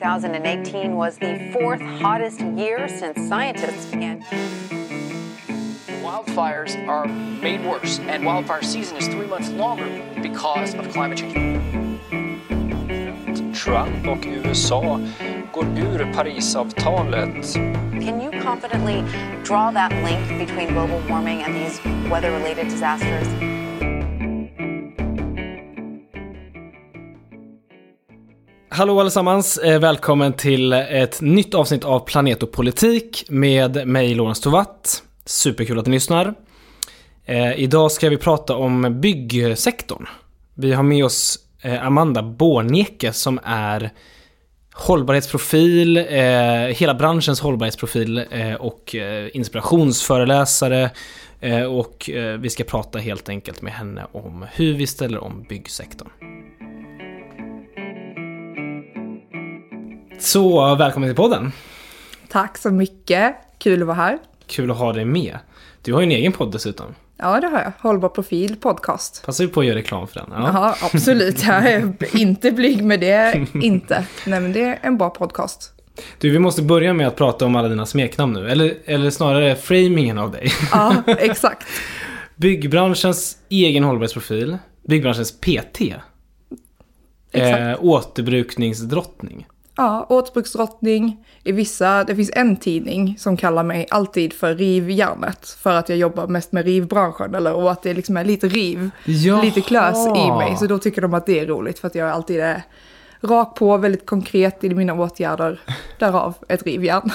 2018 was the fourth hottest year since scientists began. Wildfires are made worse, and wildfire season is 3 months longer because of climate change. Trump och USA går ur Parisavtalet. Can you confidently draw that link between global warming and these weather-related disasters? Hallå allesammans, välkommen till ett nytt avsnitt av Planet och politik med mig Lorentz Tovatt. Superkul att ni lyssnar. Idag ska vi prata om byggsektorn. Vi har med oss Amanda Borneke som är hållbarhetsprofil, hela branschens hållbarhetsprofil och inspirationsföreläsare. Och vi ska prata helt enkelt med henne om hur vi ställer om byggsektorn. Så välkommen till podden. Tack så mycket. Kul att vara här. Kul att ha dig med. Du har ju en egen podd dessutom. Ja, det har jag. Hållbar profil podcast. Passar du på att göra reklam för den? Ja, absolut. Jag är inte blyg med det. Inte. Nej, men det är en bra podcast. Du, vi måste börja med att prata om alla dina smeknamn nu. Eller snarare framingen av dig. Ja, exakt. Byggbranschens egen hållbarhetsprofil. Byggbranschens PT. Återbrukningsdrottning. Ja, återbruksdrottning. Det finns en tidning som kallar mig alltid för rivjärnet. För att jag jobbar mest med rivbranschen. Och att det liksom är lite riv. Jaha. Lite klös i mig. Så då tycker de att det är roligt. För att jag alltid är rak på, väldigt konkret i mina åtgärder. Därav ett rivjärn.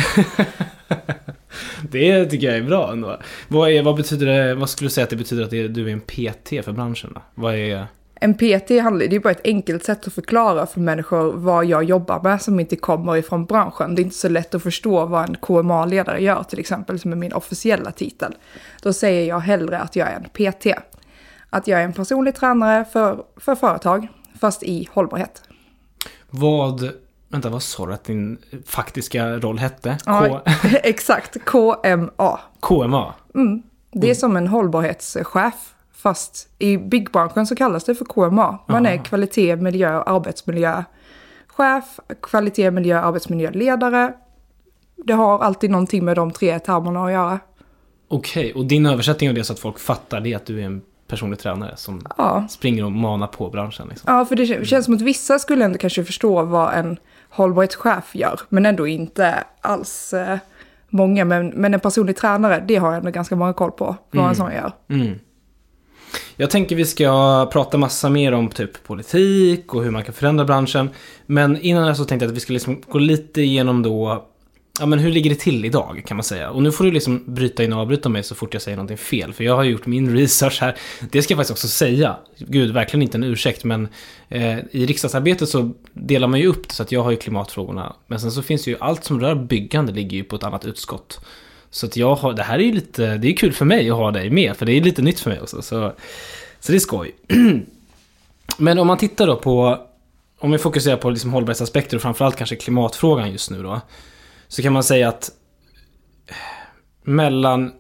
Det tycker jag är bra ändå. Vad betyder det? Vad skulle du säga att det betyder att du är en PT för branschen då? Vad är... En PT det är bara ett enkelt sätt att förklara för människor vad jag jobbar med som inte kommer ifrån branschen. Det är inte så lätt att förstå vad en KMA-ledare gör till exempel, som är min officiella titel. Då säger jag hellre att jag är en PT. Att jag är en personlig tränare för företag, fast i hållbarhet. Vad sa du att din faktiska roll hette? Ja, exakt, KMA. KMA? Det är som en hållbarhetschef. Fast i byggbranschen så kallas det för KMA. Man är kvalitet, miljö och arbetsmiljöchef, kvalitet, miljö och arbetsmiljöledare. Det har alltid någonting med de 3 termerna att göra. Okej, och din översättning av det så att folk fattar det att du är en personlig tränare som springer och manar på branschen. Liksom. Ja, för det känns som att vissa skulle ändå kanske förstå vad en hållbarhetschef gör. Men ändå inte alls många. Men en personlig tränare, det har jag ändå ganska många koll på vad en sån gör. Mm. Jag tänker vi ska prata massa mer om typ politik och hur man kan förändra branschen. Men innan det så tänkte jag att vi ska liksom gå lite igenom då, men hur ligger det till idag kan man säga. Och nu får du liksom bryta in och avbryta mig så fort jag säger någonting fel. För jag har gjort min research här. Det ska jag faktiskt också säga. Gud, verkligen inte en ursäkt. Men i riksdagsarbetet så delar man ju upp det så att jag har ju klimatfrågorna. Men sen så finns det ju allt som rör byggande ligger ju på ett annat utskott. Så att det här är ju lite, det är kul för mig att ha dig med, för det är lite nytt för mig också, så det är skoj. Men om man tittar då på, om vi fokuserar på liksom hållbarhetsaspekter och framförallt kanske klimatfrågan just nu då, så kan man säga att mellan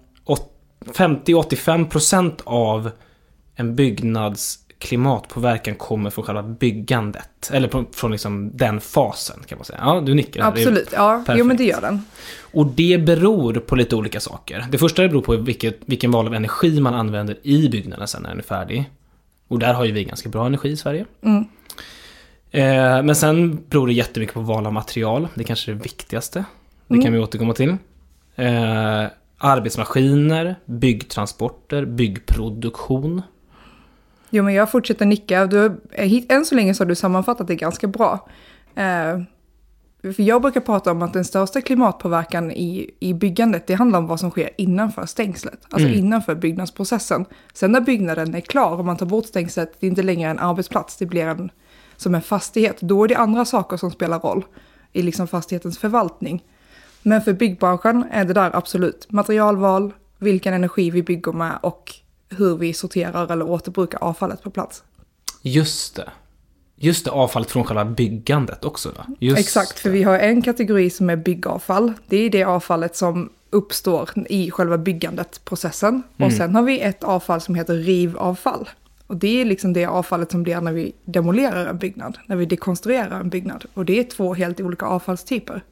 50-85% av en byggnads klimatpåverkan kommer från själva byggandet. Eller från liksom den fasen kan man säga. Ja, du nickar. Absolut, ja. Jo, men det gör den. Och det beror på lite olika saker. Det första beror på vilken val av energi man använder i byggnaden sen när den är färdig. Och där har ju vi ganska bra energi i Sverige. Mm. Men sen beror det jättemycket på val av material. Det är kanske är det viktigaste. Det kan vi återkomma till. Arbetsmaskiner, byggtransporter, byggproduktion. Jo, men jag fortsätter nicka. Än så länge så har du sammanfattat det ganska bra. För jag brukar prata om att den största klimatpåverkan i byggandet, det handlar om vad som sker innanför stängslet. Alltså innanför byggnadsprocessen. Sen när byggnaden är klar och man tar bort stängslet, det är inte längre en arbetsplats, det blir som en fastighet. Då är det andra saker som spelar roll i liksom fastighetens förvaltning. Men för byggbranschen är det där absolut materialval, vilken energi vi bygger med och hur vi sorterar eller återbrukar avfallet på plats. Just det, avfallet från själva byggandet också då. Exakt, för vi har en kategori som är byggavfall. Det är det avfallet som uppstår i själva byggandet, processen. Och sen har vi ett avfall som heter rivavfall. Och det är liksom det avfallet som blir när vi demolerar en byggnad, när vi dekonstruerar en byggnad. Och det är 2 helt olika avfallstyper.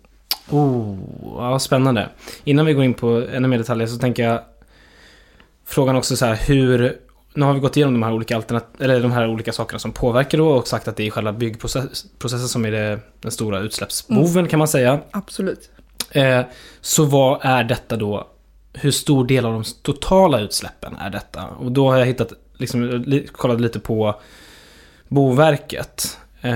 Ja, spännande. Innan vi går in på ännu mer detaljer så tänker jag frågan också så här, nu har vi gått igenom de här olika sakerna som påverkar då och sagt att det är själva byggprocessen som är den stora utsläppsboven kan man säga. Absolut. Så vad är detta då? Hur stor del av de totala utsläppen är detta? Och då har jag kollat lite på Boverket.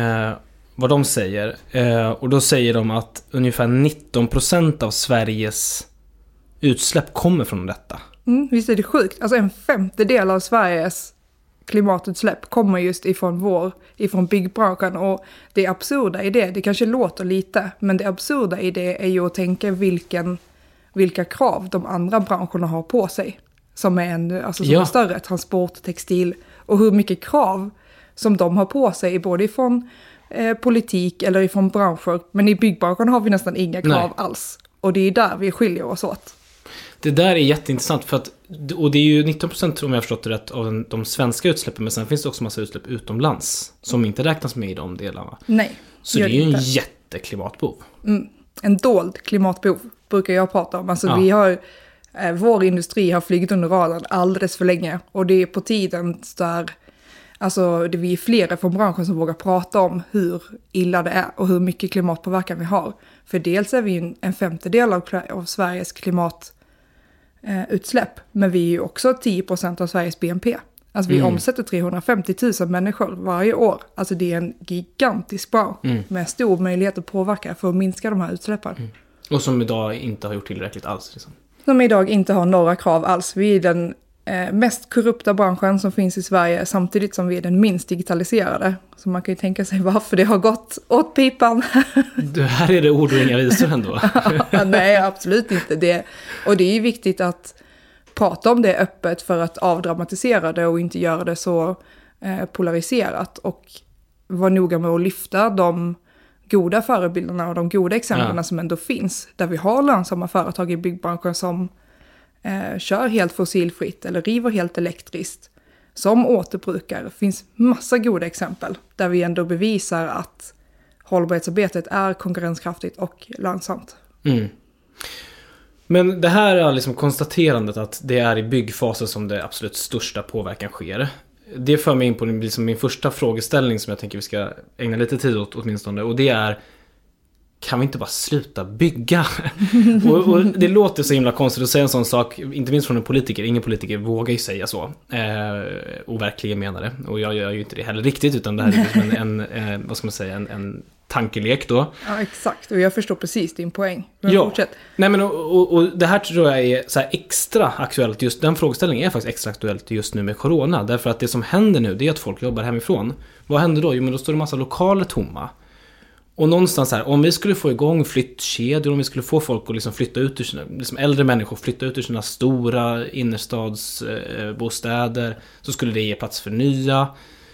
Vad de säger. Och då säger de att ungefär 19% av Sveriges utsläpp kommer från detta. Visst är det sjukt? Alltså 1/5 av Sveriges klimatutsläpp kommer just ifrån byggbranschen. Och det absurda i det kanske låter lite, men det absurda i det är ju att tänka vilka krav de andra branscherna har på sig. Som är större, transport, textil. Och hur mycket krav som de har på sig, både ifrån politik eller ifrån branscher. Men i byggbranschen har vi nästan inga krav alls. Och det är där vi skiljer oss åt. Det där är jätteintressant och det är ju 19% om jag har förstått det rätt av de svenska utsläppen, men sen finns det också massa utsläpp utomlands som inte räknas med i de delarna. Nej. Så det är ju en jätteklimatbov. En dold klimatbov brukar jag prata om. Alltså vi har, vår industri har flugit under radarn alldeles för länge och det är på tiden där vi är flera från branschen som vågar prata om hur illa det är och hur mycket klimatpåverkan vi har. För dels är vi en 1/5 av Sveriges klimatutsläpp, men vi är ju också 10% av Sveriges BNP. Alltså vi omsätter 350 000 människor varje år. Alltså det är en gigantisk bransch med stor möjlighet att påverka för att minska de här utsläppen. Och som idag inte har gjort tillräckligt alls. Liksom. Som idag inte har några krav alls. Vi är den mest korrupta branschen som finns i Sverige samtidigt som vi är den minst digitaliserade. Så man kan ju tänka sig varför det har gått åt pipan. Det här är det ord och inga visor ändå. Nej, absolut inte. Och det är ju viktigt att prata om det öppet för att avdramatisera det och inte göra det så polariserat. Och vara noga med att lyfta de goda förebilderna och de goda exemplen som ändå finns. Där vi har lönsamma företag i byggbranschen som kör helt fossilfritt eller river helt elektriskt. Som återbrukar. Det finns massa goda exempel där vi ändå bevisar att hållbarhetsarbetet är konkurrenskraftigt och lönsamt. Men det här är liksom konstaterandet att det är i byggfasen som det absolut största påverkan sker. Det för mig in på liksom min första frågeställning som jag tänker vi ska ägna lite tid åt åtminstone. Och det är, kan vi inte bara sluta bygga? och det låter så himla konstigt att säga en sån sak, inte minst från en politiker. Ingen politiker vågar ju säga så. Och verkligen menar det. Och jag gör ju inte det heller riktigt, utan det här är liksom vad ska man säga, en tankelek då. Ja, exakt. Och jag förstår precis din poäng. Men fortsätt. Nej, men och det här tror jag är så här extra aktuellt. Just den frågeställningen är faktiskt extra aktuellt just nu med corona. Därför att det som händer nu, det är att folk jobbar hemifrån. Vad händer då? Jo, men då står det en massa lokaler tomma. Och någonstans här, om vi skulle få igång flyttkedjor, om vi skulle få folk att liksom flytta ut ur sina, liksom äldre människor flytta ut ur sina stora innerstadsbostäder, så skulle det ge plats för nya.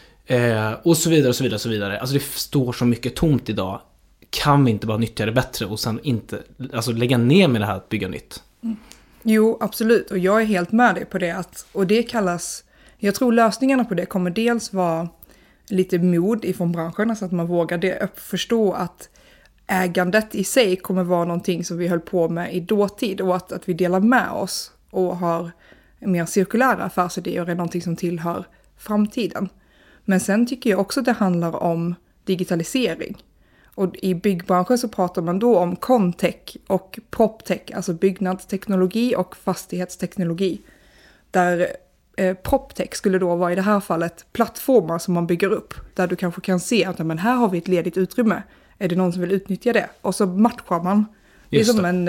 Och så vidare och så vidare och så vidare. Alltså det står så mycket tomt idag. Kan vi inte bara nyttja det bättre och sen inte lägga ner med det här att bygga nytt? Jo, absolut. Och jag är helt med dig på det. Och det kallas, jag tror lösningarna på det kommer dels vara lite mod ifrån branschen. Så att man vågar förstå att ägandet i sig kommer vara någonting som vi höll på med i dåtid. Och att vi delar med oss och har mer cirkulära affärsidéer är någonting som tillhör framtiden. Men sen tycker jag också att det handlar om digitalisering. Och i byggbranschen så pratar man då om Contech och PropTech, alltså byggnadsteknologi och fastighetsteknologi. Där PropTech skulle då vara i det här fallet plattformar som man bygger upp. Där du kanske kan se att men här har vi ett ledigt utrymme. Är det någon som vill utnyttja det? Och så matchar man. Det är som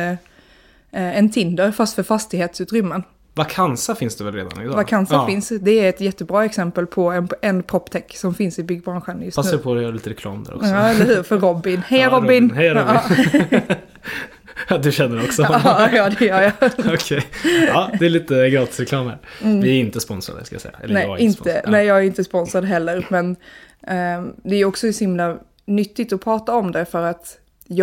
en Tinder fast för fastighetsutrymmen. Vakansa finns det väl redan idag? Vakansa finns. Det är ett jättebra exempel på en PropTech som finns i byggbranschen just Passar nu. på att göra lite reklam där också. Ja, eller hur? För Robin. Hej Robin! Hej Robin! Ja, du känner också honom. Ja, det gör jag. Okej. Ja, det är lite gratis reklam här. Vi är inte sponsrade, ska jag säga. Eller Nej, jag är inte sponsrad. Nej, jag är inte sponsrad heller. Men det är också så himla nyttigt att prata om det. För att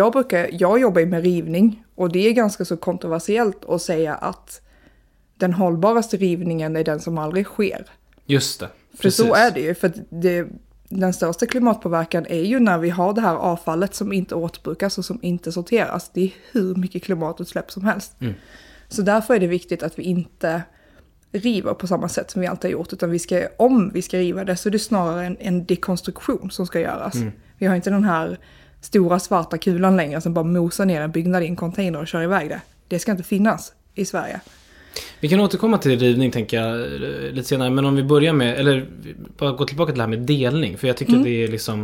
jag jobbar med rivning. Och det är ganska så kontroversiellt att säga att den hållbaraste rivningen är den som aldrig sker. Just det. För Precis. så är det ju. För den största klimatpåverkan är ju när vi har det här avfallet som inte återbrukas och som inte sorteras. Det är hur mycket klimatutsläpp som helst. Så därför är det viktigt att vi inte river på samma sätt som vi alltid har gjort. Utan om vi ska riva det så är det snarare en dekonstruktion som ska göras. Vi har inte den här stora svarta kulan längre som bara mosar ner en byggnad i en container och kör iväg det. Det ska inte finnas i Sverige. Vi kan återkomma till rivning tänker jag lite senare. Men om vi börjar med, eller bara gå tillbaka till det här med delning. För jag tycker att det är liksom,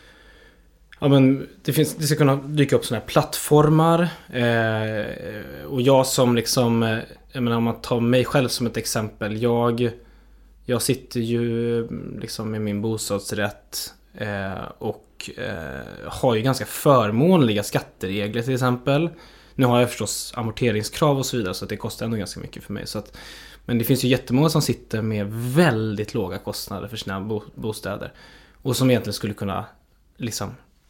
ja men det ska kunna dyka upp sådana här plattformar. Och jag som liksom, jag menar om man tar mig själv som ett exempel. Jag sitter ju liksom med min bostadsrätt och har ju ganska förmånliga skatteregler till exempel. Nu har jag förstås amorteringskrav och så vidare så att det kostar ändå ganska mycket för mig. Så att, men det finns ju jättemånga som sitter med väldigt låga kostnader för sina bostäder. Och som egentligen skulle kunna liksom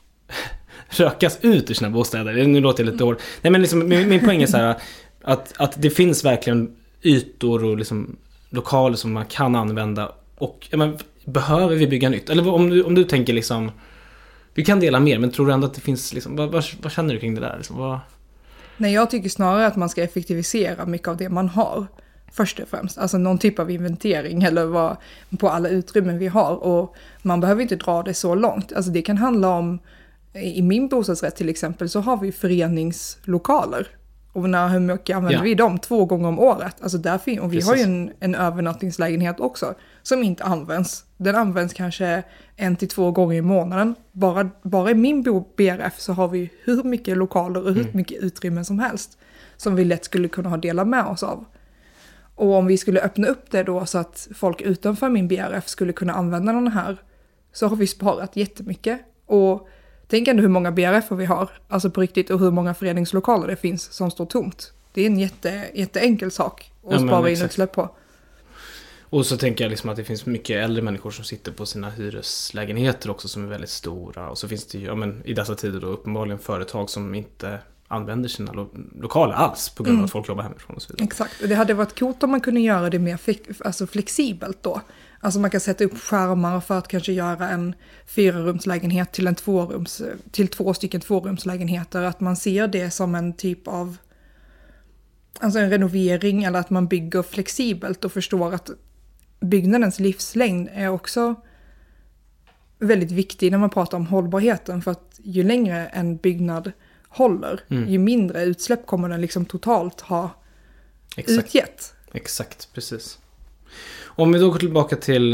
rökas ut ur sina bostäder. Nu låter det lite dåligt. Nej men liksom, min poäng är så här att det finns verkligen ytor och liksom lokaler som man kan använda. Och men, behöver vi bygga nytt? Eller om du tänker liksom, vi kan dela mer men tror du ändå att det finns liksom, vad känner du kring det där? Liksom, Nej, jag tycker snarare att man ska effektivisera mycket av det man har. Först och främst. Alltså någon typ av inventering eller på alla utrymmen vi har. Och man behöver inte dra det så långt. Alltså det kan handla om, i min bostadsrätt till exempel så har vi föreningslokaler. Och hur mycket använder vi dem 2 gånger om året? Alltså och vi har ju en övernattningslägenhet också som inte används. Den används kanske 1 till 2 gånger i månaden. Bara i min BRF så har vi hur mycket lokaler och hur mycket utrymmen som helst. Som vi lätt skulle kunna ha delat med oss av. Och om vi skulle öppna upp det då så att folk utanför min BRF skulle kunna använda den här. Så har vi sparat jättemycket. Och tänk ändå hur många BRF vi har, alltså på riktigt, och hur många föreningslokaler det finns som står tomt. Det är en jätteenkel sak att spara in utsläpp på. Och så tänker jag liksom att det finns mycket äldre människor som sitter på sina hyreslägenheter också som är väldigt stora. Och så finns det ju, i dessa tider då uppenbarligen företag som inte använder sina lokaler alls på grund av att folk jobbar hemifrån och så vidare. Exakt, och det hade varit coolt om man kunde göra det mer flexibelt då. Alltså man kan sätta upp skärmar för att kanske göra en 4-rumslägenhet till 2 stycken 2-rumslägenheter. Att man ser det som en typ av, alltså en renovering, eller att man bygger flexibelt och förstår att byggnadens livslängd är också väldigt viktig när man pratar om hållbarheten. För att ju längre en byggnad håller, ju mindre utsläpp kommer den liksom totalt ha utgett. Exakt, precis. Om vi då går tillbaka till,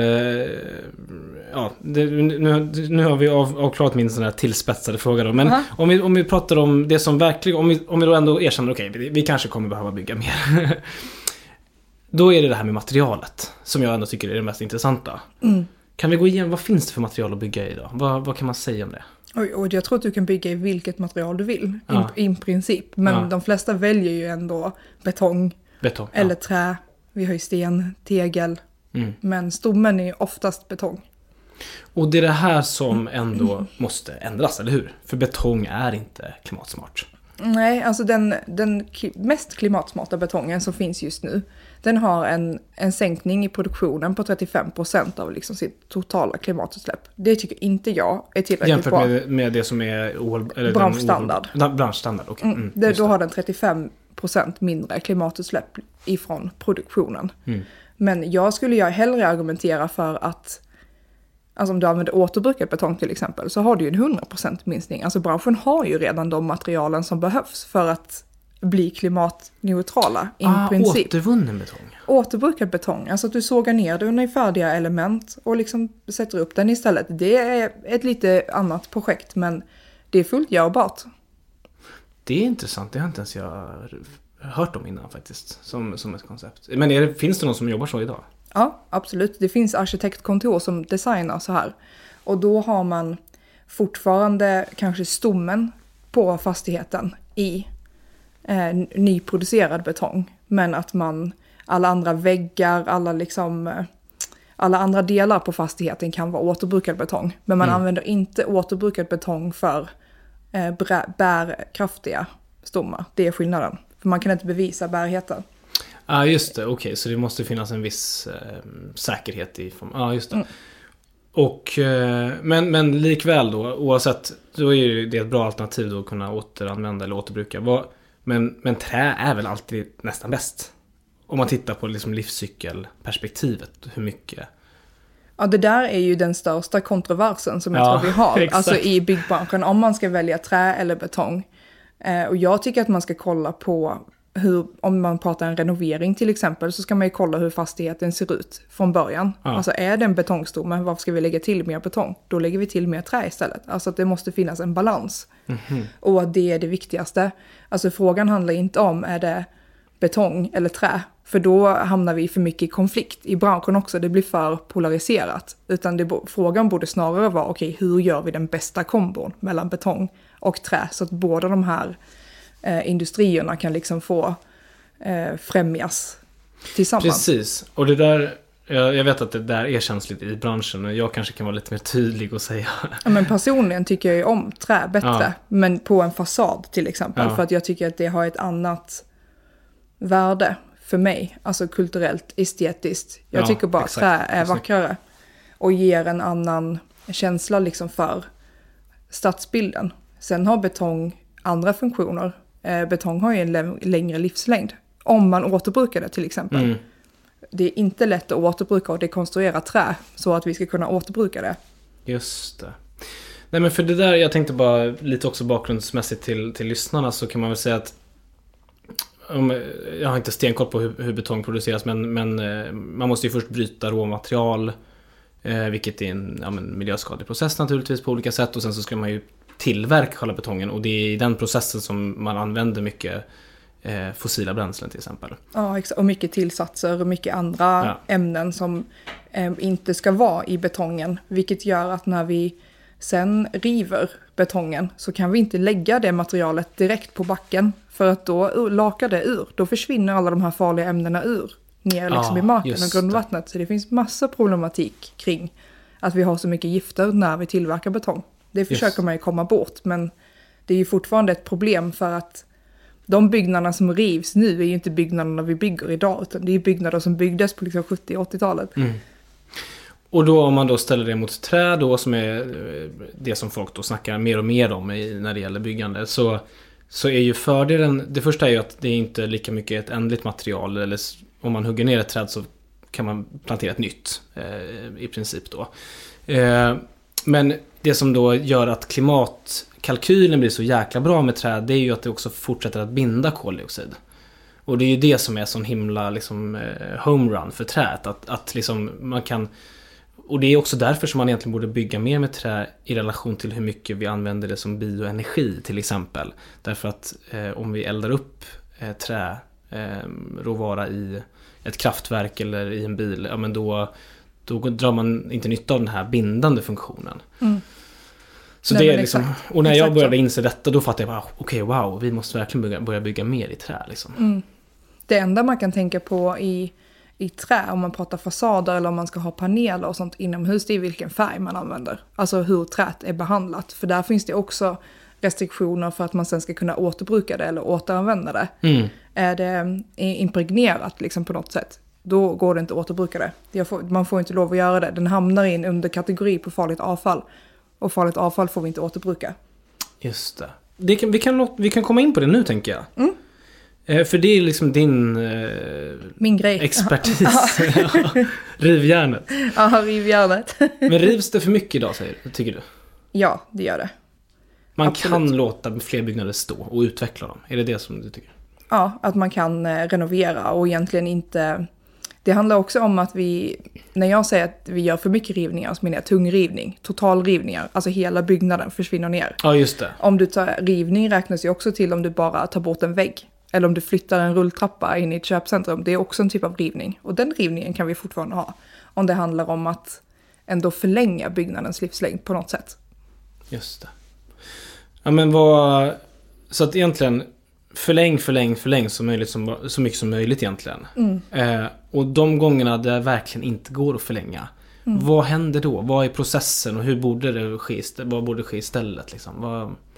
nu har vi avklarat min sån här tillspetsade fråga då, men om vi pratar om det som verkligen, om vi då ändå erkänner, okej, vi kanske kommer behöva bygga mer. Då är det här med materialet som jag ändå tycker är det mest intressanta. Kan vi gå igenom, vad finns det för material att bygga i då? Vad kan man säga om det? Och jag tror att du kan bygga i vilket material du vill, i princip. Men de flesta väljer ju ändå betong eller trä. Vi har ju sten, tegel. Men stommen är oftast betong. Och det är det här som ändå måste ändras, eller hur? För betong är inte klimatsmart. Nej, alltså den mest klimatsmarta betongen som finns just nu, den har en sänkning i produktionen på 35% av liksom sitt totala klimatutsläpp. Det tycker inte jag är tillräckligt bra. Jämfört med det som är branschstandard. Branschstandard, okej. Då har den 35% mindre klimatutsläpp ifrån produktionen. Men jag skulle hellre argumentera för att, alltså om du använder återbrukad betong till exempel, så har du ju en 100% minskning. Alltså branschen har ju redan de materialen som behövs för att bli klimatneutrala i princip. Återvunnen betong. Återbrukad betong, alltså att du sågar ner den i färdiga element och liksom sätter upp den istället. Det är ett lite annat projekt, men det är fullt görbart. Det är intressant, det har inte ens jag hört om innan faktiskt, som ett koncept. Men finns det någon som jobbar så idag? Ja, absolut. Det finns arkitektkontor som designar så här. Och då har man fortfarande kanske stommen på fastigheten i nyproducerad betong. Men att alla andra väggar, alla andra delar på fastigheten kan vara återbrukad betong. Men man använder inte återbrukad betong för bärkraftiga stommar. Det är skillnaden. För man kan inte bevisa bärheten. Ja, just det. Okej, så det måste finnas en viss säkerhet i form. Ja, just det. Och, men likväl då, oavsett, då är ju det ett bra alternativ då att kunna återanvända eller återbruka. Men trä är väl alltid nästan bäst? Om man tittar på liksom livscykelperspektivet, hur mycket... Ja, det där är ju den största kontroversen som jag tror vi har. Exakt. Alltså i byggbranschen, om man ska välja trä eller betong. Och jag tycker att man ska kolla på hur, om man pratar en renovering till exempel, så ska man ju kolla hur fastigheten ser ut från början. Ja. Alltså är det en betongstomme, varför ska vi lägga till mer betong? Då lägger vi till mer trä istället. Alltså att det måste finnas en balans. Och att det är det viktigaste. Alltså frågan handlar inte om, är det betong eller trä? För då hamnar vi för mycket i konflikt i branschen också. Det blir för polariserat. Utan frågan borde snarare vara, okej, hur gör vi den bästa kombon mellan betong och trä? Så att båda de här industrierna kan liksom få främjas tillsammans. Precis, och det där, jag vet att det där är känsligt i branschen, men jag kanske kan vara lite mer tydlig och säga. Ja, men personligen tycker jag ju om trä bättre, men på en fasad till exempel. För att jag tycker att det har ett annat värde för mig, alltså kulturellt, estetiskt. Jag tycker bara att trä är vackrare och ger en annan känsla liksom för stadsbilden. Sen har betong andra funktioner. Betong har ju en längre livslängd. Om man återbrukar det till exempel. Det är inte lätt att återbruka och dekonstruera trä så att vi ska kunna återbruka det. Just det. Nej, men för det där, jag tänkte bara lite också bakgrundsmässigt till lyssnarna, så kan man väl säga att jag har inte stenkoll på hur betong produceras, men man måste ju först bryta råmaterial, vilket är en miljöskadlig process naturligtvis på olika sätt, och sen så ska man ju tillverka själva betongen, och det är i den processen som man använder mycket fossila bränslen till exempel. Ja, och mycket tillsatser och mycket andra ämnen som inte ska vara i betongen, vilket gör att när vi sen river betongen så kan vi inte lägga det materialet direkt på backen, för att då lakar det ur. Då försvinner alla de här farliga ämnena ner liksom i marken och grundvattnet. Så det finns massa problematik kring att vi har så mycket gifter när vi tillverkar betong. Det försöker man ju komma bort, men det är ju fortfarande ett problem, för att de byggnaderna som rivs nu är ju inte byggnaderna vi bygger idag, utan det är byggnader som byggdes på liksom 70-80-talet. Och då om man då ställer det mot trä då, som är det som folk då snackar mer och mer om när det gäller byggande, så är ju fördelen, det första är ju att det är inte lika mycket ett ändligt material, eller om man hugger ner ett träd så kan man plantera ett nytt i princip då. Men det som då gör att klimatkalkylen blir så jäkla bra med träd, det är ju att det också fortsätter att binda koldioxid. Och det är ju det som är sån himla liksom homerun för träet, att liksom man kan. Och det är också därför som man egentligen borde bygga mer med trä i relation till hur mycket vi använder det som bioenergi till exempel. Därför att om vi eldar upp råvara i ett kraftverk eller i en bil, ja, men då drar man inte nytta av den här bindande funktionen. Så det är liksom, och när jag började inse detta, då fattade jag bara, okej, wow, vi måste verkligen börja bygga mer i trä liksom. Det enda man kan tänka på i trä, om man pratar fasader eller om man ska ha paneler och sånt inomhus, det är vilken färg man använder. Alltså hur träet är behandlat. För där finns det också restriktioner för att man sen ska kunna återbruka det eller återanvända det. Är det impregnerat liksom på något sätt, då går det inte att återbruka det. Man får inte lov att göra det. Den hamnar in under kategori på farligt avfall. Och farligt avfall får vi inte återbruka. Just det. Vi kan komma in på det nu, tänker jag. För det är liksom min grej. Expertis. Rivjärnet. Ja, rivjärnet. Men rivs det för mycket idag, tycker du? Ja, det gör det. Man Absolut. kan låta fler byggnader stå och utveckla dem. Är det som du tycker? Ja, att man kan renovera och egentligen inte. Det handlar också om att när jag säger att vi gör för mycket rivningar, så menar jag tungrivning, totalrivningar, alltså hela byggnaden försvinner ner. Ja, just det. Om du tar rivning räknas ju också till om du bara tar bort en vägg. Eller om du flyttar en rulltrappa in i ett köpcentrum. Det är också en typ av rivning. Och den rivningen kan vi fortfarande ha. Om det handlar om att ändå förlänga byggnadens livslängd på något sätt. Just det. Ja, men så att egentligen förläng så mycket som möjligt egentligen. Och de gångerna det verkligen inte går att förlänga. Vad händer då? Vad är processen och hur borde det ske? Vad borde ske istället liksom?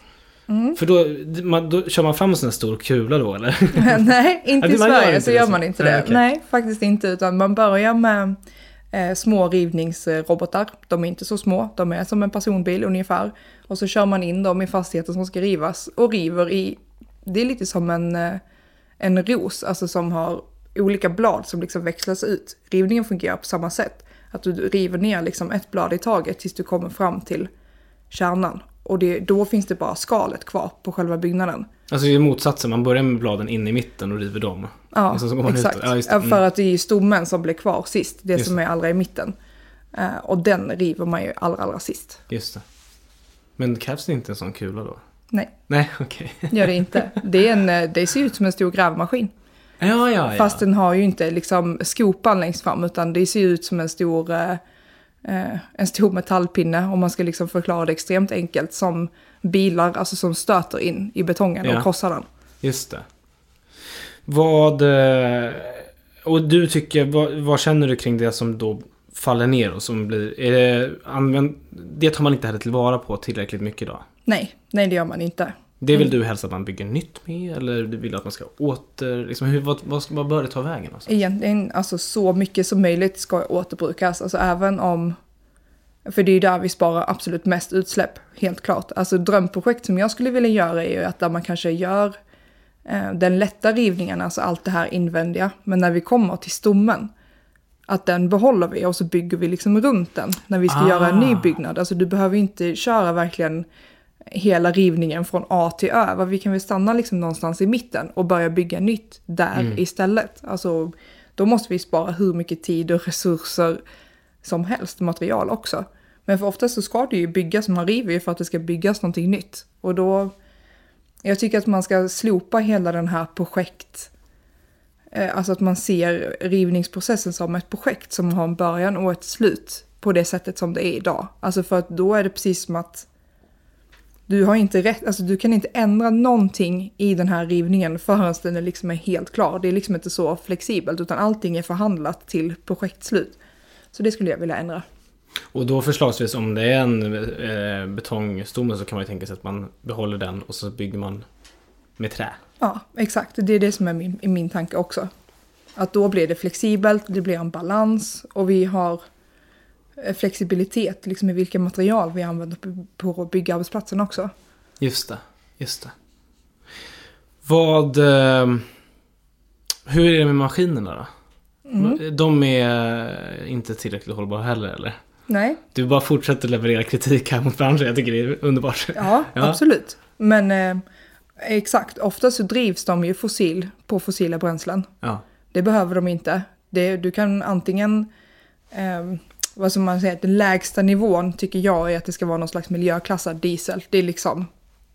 För då kör man fram en sån här stor kula då, eller? Nej, inte i man gör Sverige inte så det gör så. man inte det. Nej, okej. Nej, faktiskt inte. Utan man börjar med små rivningsrobotar. De är inte så små, de är som en personbil ungefär. Och så kör man in dem i fastigheter som ska rivas och river i, det är lite som en ros, alltså som har olika blad som liksom växlas ut. Rivningen fungerar på samma sätt. Att du river ner liksom ett blad i taget tills du kommer fram till kärnan. Och då finns det bara skalet kvar på själva byggnaden. Alltså det är motsatsen, man börjar med bladen in i mitten och river dem. Ja, och så går man exakt. Ut och, ja, just det. För att det är ju stommen som blir kvar sist. Det Just som det. är allra i mitten. Och den river man ju allra sist. Just det. Men krävs det inte en sån kula då? Nej, Nej, okej. gör det inte. Det ser ut som en stor grävmaskin. Ja. Fast den har ju inte liksom skopan längst fram. Utan det ser ut som en stor metallpinne. Om man ska liksom förklara det extremt enkelt. Som bilar, alltså som stöter in i betongen och krossar den. Just det. Och du tycker, vad känner du kring det som då faller ner och som blir, det tar man inte heller tillvara på tillräckligt mycket då? Nej, det gör man inte. Det vill du helst att man bygger nytt med, eller du vill att man ska vad bör det ta vägen? Alltså? Egentligen, alltså så mycket som möjligt ska återbrukas. Alltså även om, för det är ju där vi sparar absolut mest utsläpp, helt klart. Alltså drömprojekt som jag skulle vilja göra är ju att där man kanske gör den lätta rivningen, alltså allt det här invändiga. Men när vi kommer till stommen, att den behåller vi och så bygger vi liksom runt den när vi ska göra en ny byggnad. Alltså du behöver inte köra verkligen hela rivningen från A till Ö. Vi kan väl stanna liksom någonstans i mitten och börja bygga nytt där istället. Alltså då måste vi spara hur mycket tid och resurser som helst, material också. Men för ofta så ska det ju byggas, man river ju för att det ska byggas någonting nytt. Och då, jag tycker att man ska slopa hela den här alltså att man ser rivningsprocessen som ett projekt som har en början och ett slut på det sättet som det är idag. Alltså för att då är det precis som att du har inte rätt, alltså du kan inte ändra någonting i den här rivningen förrän den liksom är helt klar. Det är liksom inte så flexibelt utan allting är förhandlat till projektslut. Så det skulle jag vilja ändra. Och då förslagsvis om det är en betongstomme så kan man ju tänka sig att man behåller den och så bygger man med trä. Ja, exakt. Det är det som är min tanke också. Att då blir det flexibelt, det blir en balans och vi har flexibilitet liksom i vilka material vi använder på att bygga arbetsplatsen också. Just det. Hur är det med maskinerna då? De är inte tillräckligt hållbara heller, eller? Nej. Du bara fortsätter leverera kritik här mot branschen. Jag tycker det är underbart. Ja. Absolut. Men exakt, ofta så drivs de ju på fossila bränslen. Ja. Det behöver de inte. Du kan antingen, vad som man säger, den lägsta nivån tycker jag är att det ska vara någon slags miljöklassad diesel. Det är liksom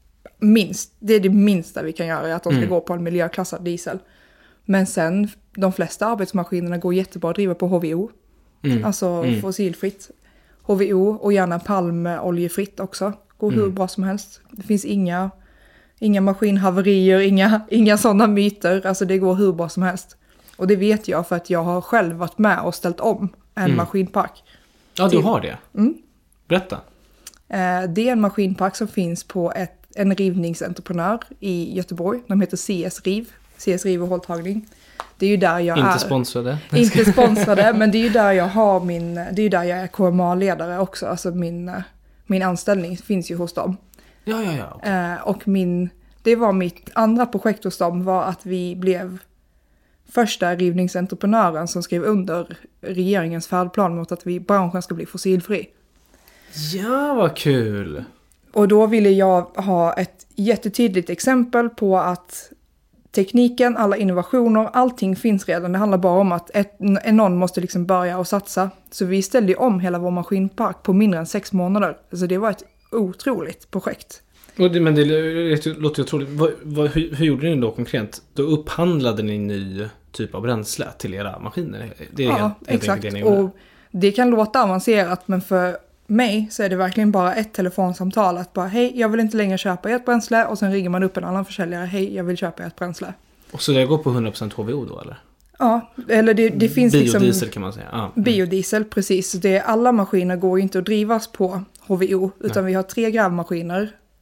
det är det minsta vi kan göra, är att de ska gå på en miljöklassad diesel. Men sen, de flesta arbetsmaskinerna går jättebra att driva på HVO. Alltså fossilfritt. HVO och gärna palmoljefritt också. Går hur bra som helst. Det finns inga maskinhaverier, inga sådana myter. Alltså det går hur bra som helst. Och det vet jag för att jag har själv varit med och ställt om en maskinpark. Ja, du har det? Berätta. Det är en maskinpark som finns på en rivningsentreprenör i Göteborg. De heter CS Riv och hålltagning. Det är ju där jag Inte sponsrade. Inte sponsrade, men det är ju där jag har det är ju där jag är KMA-ledare också. Alltså min anställning finns ju hos dem. Ja. Okay. Och det var mitt andra projekt hos dem var att vi blev första rivningsentreprenören som skrev under regeringens färdplan mot att branschen ska bli fossilfri. Ja, vad kul! Och då ville jag ha ett jättetydligt exempel på att tekniken, alla innovationer, allting finns redan. Det handlar bara om att någon måste liksom börja och satsa. Så vi ställde om hela vår maskinpark på mindre än 6 månader. Så det var ett otroligt projekt. Men det låter ju otroligt. Hur gjorde ni då konkret? Då upphandlade ni ny typ av bränsle till era maskiner? Det är helt exakt. Det ni gjorde. Och det kan låta avancerat, men för mig så är det verkligen bara ett telefonsamtal. Att bara, hej, jag vill inte längre köpa ert bränsle. Och sen ringer man upp en annan försäljare. Hej, jag vill köpa ert bränsle. Och så det går på 100% HVO då, eller? Ja, eller det finns biodiesel kan man säga. Ja. Biodiesel, precis. Alla maskiner går ju inte att drivas på HVO. Utan vi har 3 grävmaskiner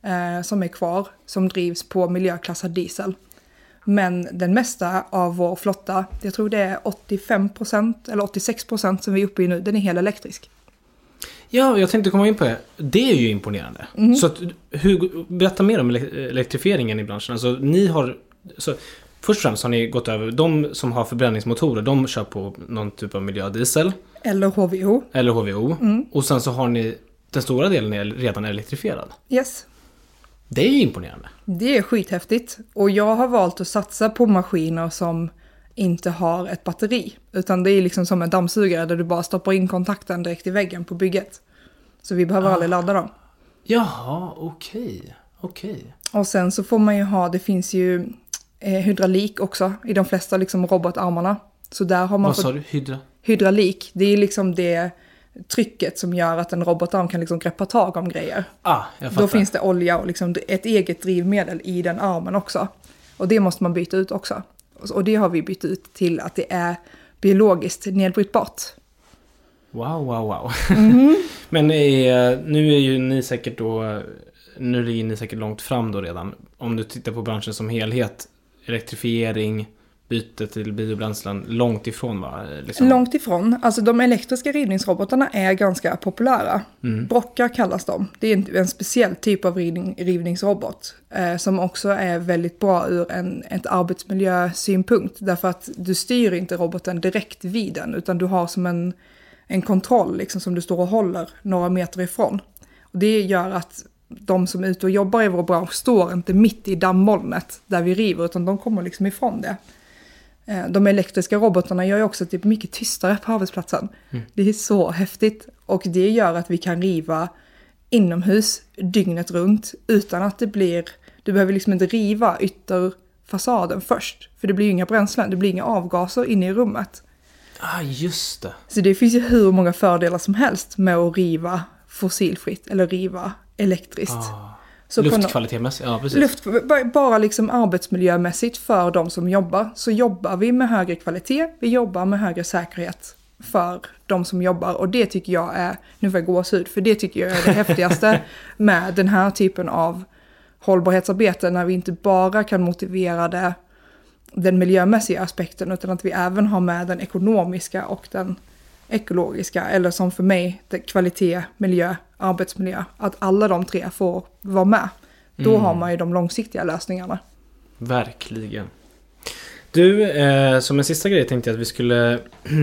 som är kvar, som drivs på miljöklassad diesel. Men den mesta av vår flotta, jag tror det är 85% eller 86% som vi är uppe i nu, den är helt elektrisk. Ja, jag tänkte komma in på det. Det är ju imponerande. Så att, berätta mer om elektrifieringen i branschen. Alltså, ni har... Så, först och främst har ni gått över... De som har förbränningsmotorer, de kör på någon typ av miljödiesel. Eller HVO. Och sen så har ni... Den stora delen är redan elektrifierad. Yes. Det är ju imponerande. Det är skithäftigt. Och jag har valt att satsa på maskiner som inte har ett batteri. Utan det är liksom som en dammsugare där du bara stoppar in kontakten direkt i väggen på bygget. Så vi behöver aldrig ladda dem. Jaha, okej. Och sen så får man ju ha, det finns ju hydraulik också i de flesta liksom robotarmarna. Så där har man Vad sa du? Hydraulik, det är liksom det trycket som gör att en robotarm kan liksom greppa tag om grejer. Jag fattar. Då finns det olja och liksom ett eget drivmedel i den armen också. Och det måste man byta ut också. Och det har vi bytt ut till att det är biologiskt nedbrytbart. Wow. Men nu är ju ni säkert då... Nu ligger ni säkert långt fram då redan. Om du tittar på branschen som helhet. Elektrifiering, byte till biobränslen. Långt ifrån va? Liksom. Långt ifrån. Alltså de elektriska rivningsrobotarna är ganska populära. Brockar kallas de. Det är en speciell typ av rivningsrobot. Som också är väldigt bra ur ett arbetsmiljösynpunkt. Därför att du styr inte roboten direkt vid den. Utan du har som en kontroll liksom, som du står och håller några meter ifrån. Och det gör att de som är ute och jobbar i vår bransch står inte mitt i dammolnet där vi river. Utan de kommer liksom ifrån det. De elektriska robotarna gör ju också typ mycket tystare på arbetsplatsen. Det är så häftigt. Och det gör att vi kan riva inomhus dygnet runt utan att det blir... Du behöver liksom inte riva ytterfasaden först. För det blir ju inga bränslen, det blir inga avgaser inne i rummet. Just det. Så det finns ju hur många fördelar som helst med att riva fossilfritt eller riva elektriskt. Så luftkvalitetmässigt, ja precis. Bara liksom arbetsmiljömässigt för de som jobbar. Så jobbar vi med högre kvalitet, vi jobbar med högre säkerhet för de som jobbar. Och det tycker jag är, nu får jag gåshud, för det tycker jag är det häftigaste med den här typen av hållbarhetsarbete. När vi inte bara kan motivera den miljömässiga aspekten utan att vi även har med den ekonomiska och den ekologiska. Eller som för mig, kvalitet, miljö, arbetsmiljö. Att alla de tre får vara med. Då har man ju de långsiktiga lösningarna. Verkligen. Du, som en sista grej tänkte jag att vi skulle...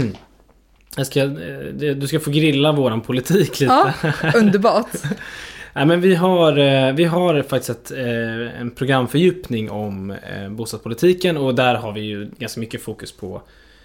du ska få grilla våran politik lite. Ja, underbart. Nej, men vi har faktiskt en programfördjupning om bostadspolitiken. Och där har vi ju ganska mycket fokus på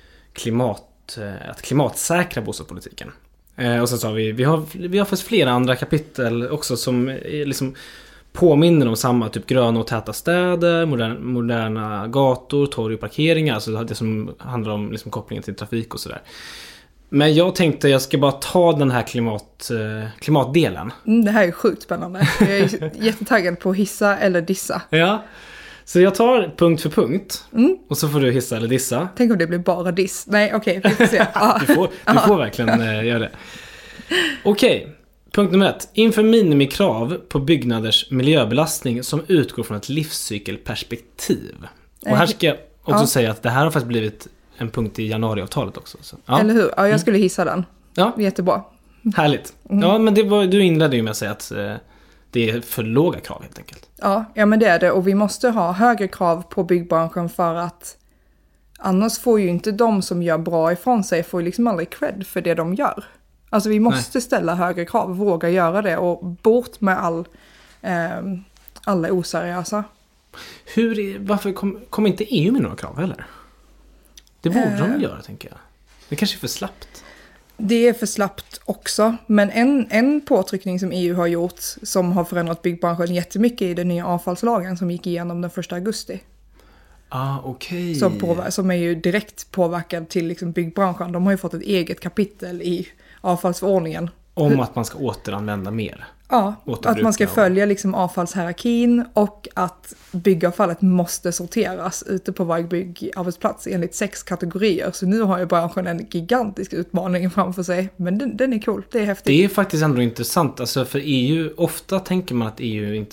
att klimatsäkra bostadspolitiken. Och sen så har vi har faktiskt flera andra kapitel också som liksom påminner om samma, typ gröna och täta städer, moderna gator, torg och parkeringar, alltså det som handlar om liksom kopplingen till trafik och sådär. Men jag tänkte jag ska bara ta den här klimatdelen. Det här är sjukt spännande. Jag är jättetaggad på hissa eller dissa. Ja. Så jag tar punkt för punkt. Och så får du hissa eller dissa. Tänk om det blir bara diss. Nej, okej, vi får se. Du får verkligen göra det. Okej, punkt nummer 1. Inför minimikrav på byggnaders miljöbelastning som utgår från ett livscykelperspektiv. Och här ska jag också säga att det här har faktiskt blivit en punkt i januariavtalet också. Så, ja. Eller hur? Ja, jag skulle hissa den. Ja. Jättebra. Härligt. Ja, men du inledde ju med att säga att det är för låga krav helt enkelt. Ja, men det är det. Och vi måste ha högre krav på byggbranschen för att annars får ju inte de som gör bra ifrån sig får ju liksom aldrig cred för det de gör. Alltså vi måste ställa högre krav, våga göra det och bort med alla oseriösa. Varför kom inte EU med några krav heller? Det borde de göra, tänker jag. Det kanske är för slappt. Det är för slappt också, men en påtryckning som EU har gjort som har förändrat byggbranschen jättemycket i den nya avfallslagen som gick igenom den 1 augusti. Okej. Som är ju direkt påverkad till liksom byggbranschen. De har ju fått ett eget kapitel i avfallsförordningen. Om att man ska återanvända mer. Ja, att man ska följa liksom avfallshierarkin och att byggavfallet måste sorteras ute på varje byggarbetsplats enligt 6 kategorier. Så nu har ju branschen en gigantisk utmaning framför sig. Men den är cool, det är häftigt. Det är faktiskt ändå intressant. Alltså för EU, ofta tänker man att EU inte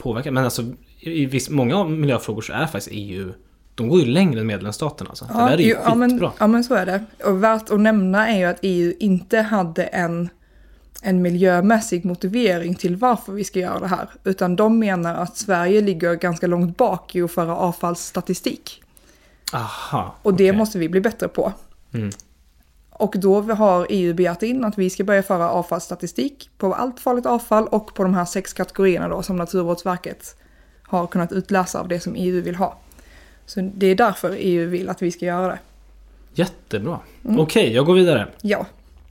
påverka. Men alltså, många miljöfrågor så är faktiskt EU, de går ju längre än medlemsstaterna. Alltså. Ja, det där är ju skitbra. Ja, men så är det. Och värt att nämna är ju att EU inte hade en miljömässig motivering till varför vi ska göra det här. Utan de menar att Sverige ligger ganska långt bak i att föra avfallsstatistik. Aha. Och det måste vi bli bättre på. Mm. Och då har EU begärt in att vi ska börja föra avfallsstatistik på allt farligt avfall och på de här 6 kategorierna då som Naturvårdsverket har kunnat utläsa av det som EU vill ha. Så det är därför EU vill att vi ska göra det. Jättebra. Okej, jag går vidare. Ja.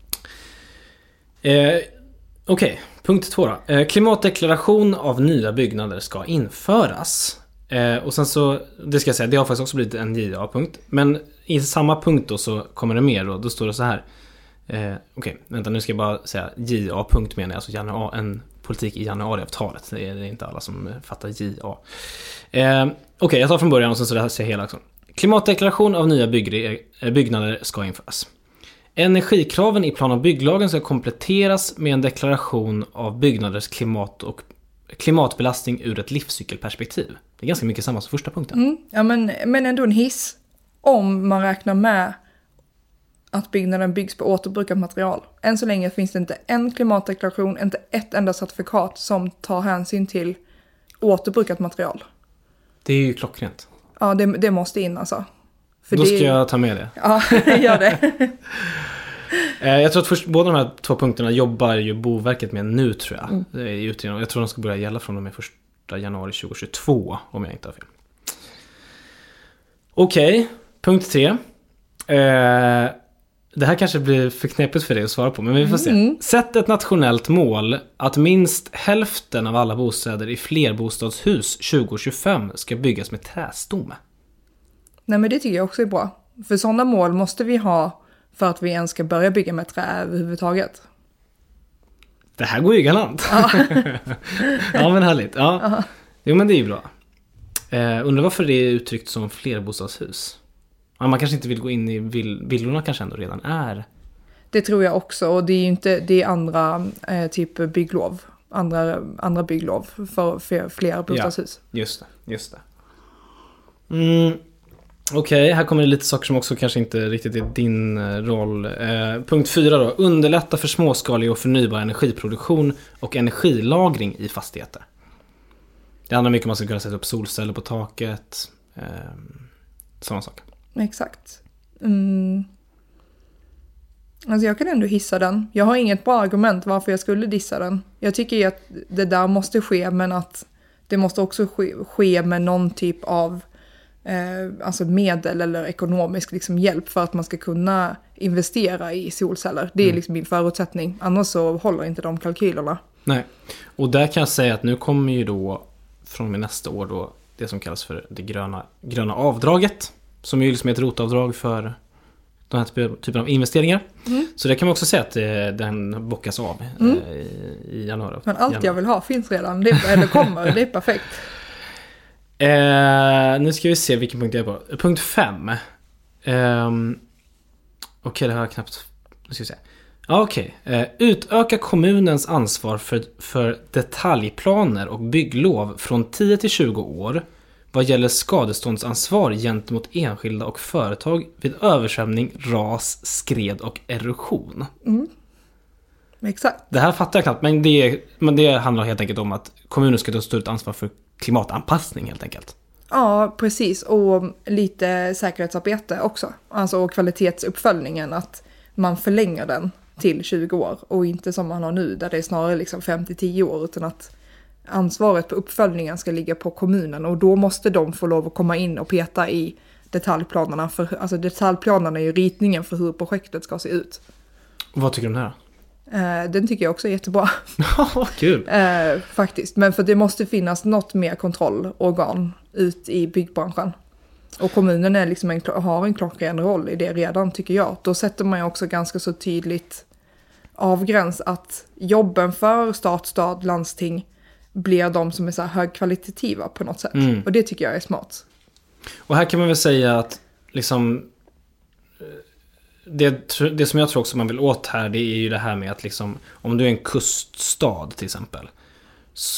Okej, punkt 2 då. Klimatdeklaration av nya byggnader ska införas. Och sen så, det ska jag säga, det har faktiskt också blivit en JA-punkt. Men i samma punkt då så kommer det mer då står det så här. Okej, vänta, nu ska jag bara säga JA-punkt menar jag, alltså en politik i januariavtalet. Det är inte alla som fattar JA. Okej, jag tar från början och sen så det här ser hela också. Klimatdeklaration av nya byggnader ska införas. Energikraven i plan- och bygglagen ska kompletteras med en deklaration av byggnaders klimatbelastning ur ett livscykelperspektiv. Det är ganska mycket samma som första punkten. Ja, men ändå en hiss om man räknar med att byggnaden byggs på återbrukat material. Än så länge finns det inte en klimatdeklaration, inte ett enda certifikat som tar hänsyn till återbrukat material. Det är ju klockrent. Ja, det måste in alltså. För då ska jag ta med det. Ja, gör det. Jag tror att båda de här 2 punkterna jobbar ju Boverket med nu, tror jag. I utredningen. Jag tror de ska börja gälla från och med 1 januari 2022, om jag inte har fel. Okej, punkt 3. Det här kanske blir för knepigt för dig att svara på, men vi får se. Sätt ett nationellt mål att minst hälften av alla bostäder i flerbostadshus 2025 ska byggas med trästomme. Nej, men det tycker jag också är bra. För sådana mål måste vi ha för att vi ens ska börja bygga med trä överhuvudtaget. Det här går ju galant. Ja, men härligt. Ja. Jo, men det är ju bra. Undrar varför det är uttryckt som flerbostadshus. Ja, man kanske inte vill gå in i villorna, kanske ändå redan är. Det tror jag också. Och det är ju inte, det är andra typ bygglov. Andra bygglov för flera bostadshus. Ja, just det. Okej, här kommer det lite saker som också kanske inte riktigt är din roll. Punkt 4 då. Underlätta för småskalig och förnybar energiproduktion och energilagring i fastigheter. Det handlar mycket om att man ska kunna sätta upp solceller på taket. Sådana saker. Exakt. Alltså jag kan ändå hissa den. Jag har inget bra argument varför jag skulle dissa den. Jag tycker ju att det där måste ske, men att det måste också ske med någon typ av alltså medel eller ekonomisk liksom hjälp för att man ska kunna investera i solceller. Det är liksom min förutsättning. Annars så håller inte de kalkylerna. Nej, och där kan jag säga att nu kommer ju då från och med nästa år då det som kallas för det gröna avdraget. Som är ju liksom ett rotavdrag för den här typen av investeringar. Så det kan man också säga att den bockas av i januari. Men allt jag vill ha finns redan. Eller kommer, det är perfekt. Nu ska vi se vilken punkt jag är på. Punkt 5. Okej, det har jag knappt. Nu ska vi se. Okej. Utöka kommunens ansvar för detaljplaner och bygglov från 10 till 20 år vad gäller skadeståndsansvar gentemot enskilda och företag vid översvämning, ras, skred och erosion. Exakt. Det här fattar jag knappt, men det handlar helt enkelt om att kommunen ska ta stort ansvar för klimatanpassning helt enkelt. Ja, precis. Och lite säkerhetsarbete också. Alltså och kvalitetsuppföljningen, att man förlänger den till 20 år och inte som man har nu där det är snarare liksom 5-10 år, utan att ansvaret på uppföljningen ska ligga på kommunen, och då måste de få lov att komma in och peta i detaljplanerna. För alltså detaljplanerna är ju ritningen för hur projektet ska se ut. Vad tycker du om det här? Den tycker jag också är jättebra. Kul. Faktiskt. Men för det måste finnas något mer kontrollorgan ut i byggbranschen. Och kommunen är liksom har en klockren roll i det redan, tycker jag. Då sätter man ju också ganska så tydligt avgräns att jobben för stat, stad, landsting blir de som är så här högkvalitativa på något sätt. Och det tycker jag är smart. Och här kan man väl säga att liksom det som jag tror också man vill åt här, det är ju det här med att liksom, om du är en kuststad till exempel, så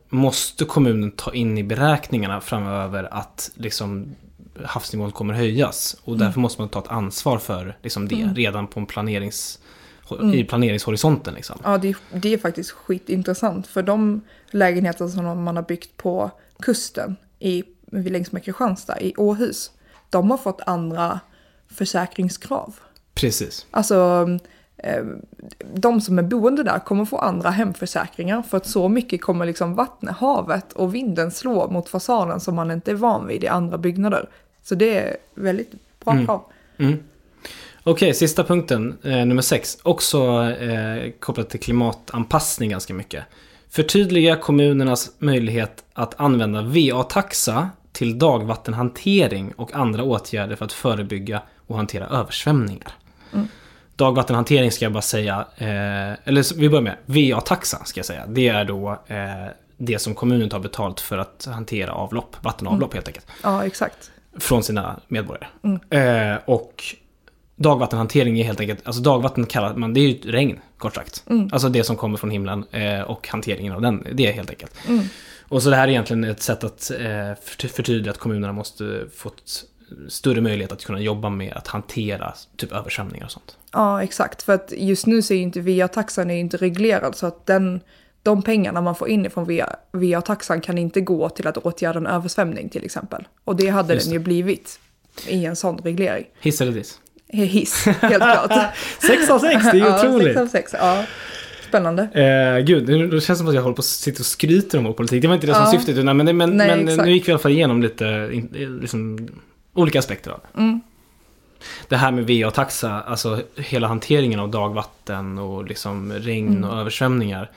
måste kommunen ta in i beräkningarna framöver att liksom havsnivån kommer höjas. Och därför måste man ta ett ansvar för liksom det redan på en i planeringshorisonten. Liksom. Ja, det är faktiskt skitintressant. För de lägenheter som man har byggt på kusten längs med Kristianstad, i Åhus, de har fått andra försäkringskrav. Precis. Alltså, de som är boende där kommer få andra hemförsäkringar, för att så mycket kommer liksom vattnet, havet och vinden slå mot fasaden som man inte är van vid i andra byggnader. Så det är väldigt bra krav. Okej, sista punkten, nummer 6. Också kopplat till klimatanpassning ganska mycket. Förtydliga kommunernas möjlighet att använda VA-taxa till dagvattenhantering och andra åtgärder för att förebygga och hantera översvämningar. Dagvattenhantering ska jag bara säga, eller vi börjar med VA-taxa ska jag säga. Det är då det som kommunen tar betalt för att hantera avlopp, vattenavlopp helt enkelt. Ja, exakt. Från sina medborgare. Och dagvattenhantering är helt enkelt, alltså dagvatten kallar man, det är ju regn kort sagt. Alltså det som kommer från himlen och hanteringen av den, det är helt enkelt. Och så det här är egentligen ett sätt att förtydliga att kommunerna måste få större möjlighet att kunna jobba med att hantera typ översvämningar och sånt. Ja, exakt. För att just nu så är inte VA-taxan inte reglerad, så att de pengarna man får in från VA-taxan kan inte gå till att åtgärda en översvämning till exempel. Och det hade den ju blivit i en sån reglering. Hiss eller diss? Hiss, helt klart. 6 av 6, det är otroligt. 6 av 6, ja. Spännande. Gud, det känns som att jag håller på att sitta och skryta om vår politik. Det var inte det som syftet, men nu gick vi i alla fall igenom lite liksom, olika aspekter av det. Det här med VA-taxa, alltså hela hanteringen av dagvatten och liksom regn och översvämningar.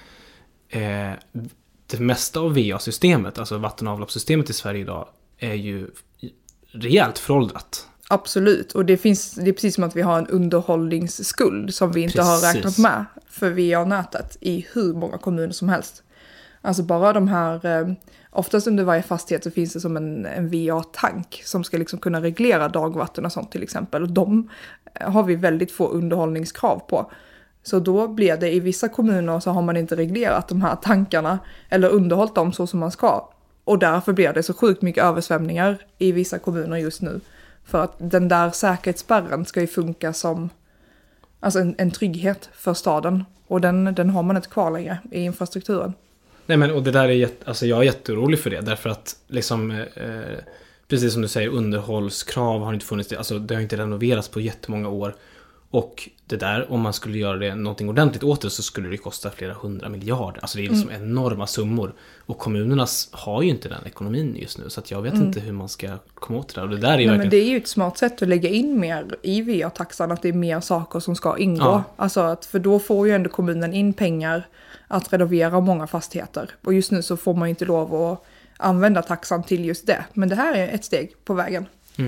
Det mesta av VA-systemet, alltså vatten- och avloppssystemet i Sverige idag, är ju rejält föråldrat. Absolut, och det är precis som att vi har en underhållningsskuld som vi inte har räknat med för VA-nätet i hur många kommuner som helst. Alltså bara de här, oftast under varje fastighet så finns det som en VA-tank som ska liksom kunna reglera dagvatten och sånt till exempel. Och de har vi väldigt få underhållningskrav på. Så då blir det i vissa kommuner så har man inte reglerat de här tankarna eller underhållit dem så som man ska. Och därför blir det så sjukt mycket översvämningar i vissa kommuner just nu. För att den där säkerhetsspärren ska ju funka som alltså en trygghet för staden. Och den har man inte kvar längre i infrastrukturen. Nej, men och det där är alltså jag är jätteorolig för det. Därför att liksom, precis som du säger, underhållskrav har inte funnits. Alltså det har inte renoverats på jättemånga år. Och det där, om man skulle göra det någonting ordentligt åt det, så skulle det kosta flera 100 miljarder. Alltså det är liksom enorma summor. Och kommunerna har ju inte den ekonomin just nu. Så att jag vet inte hur man ska komma åt det där. Och det där är verkligen... men det är ju ett smart sätt att lägga in mer i VA-taxan. Att det är mer saker som ska ingå. Ja. Alltså för då får ju ändå kommunen in pengar att renovera många fastigheter. Och just nu så får man ju inte lov att använda taxan till just det. Men det här är ett steg på vägen.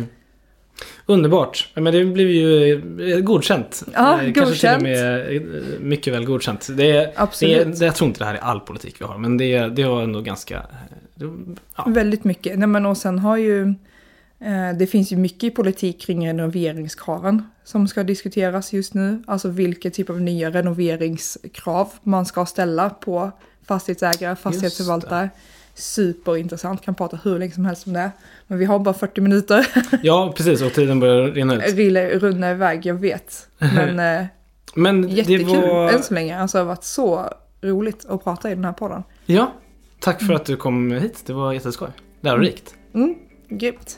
Underbart. Men det blir ju godkänt. Ja, kanske godkänt. till och med mycket väl godkänt. Absolut. Jag tror inte det här är all politik vi har. Men det var ändå ganska... Ja. Väldigt mycket. Nej, men och sen har ju... det finns ju mycket i politik kring renoveringskraven som ska diskuteras just nu. Alltså vilken typ av nya renoveringskrav man ska ställa på fastighetsägare, fastighetsförvaltare. Superintressant, kan prata hur länge som helst om det. Men vi har bara 40 minuter. Ja, precis, och tiden börjar rinna ut. Runna iväg, jag vet. Men jättekul det var... än så länge. Alltså det har varit så roligt att prata i den här podden. Ja, tack för att du kom hit. Det var jätteskoj. Lärorikt. Grymt.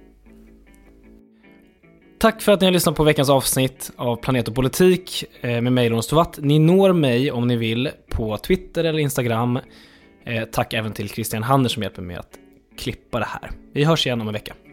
Tack för att ni har lyssnat på veckans avsnitt av Planet och politik med mig, Lorentz Tovatt. Ni når mig om ni vill på Twitter eller Instagram. Tack även till Christian Hanner som hjälper mig att klippa det här. Vi hörs igen om en vecka.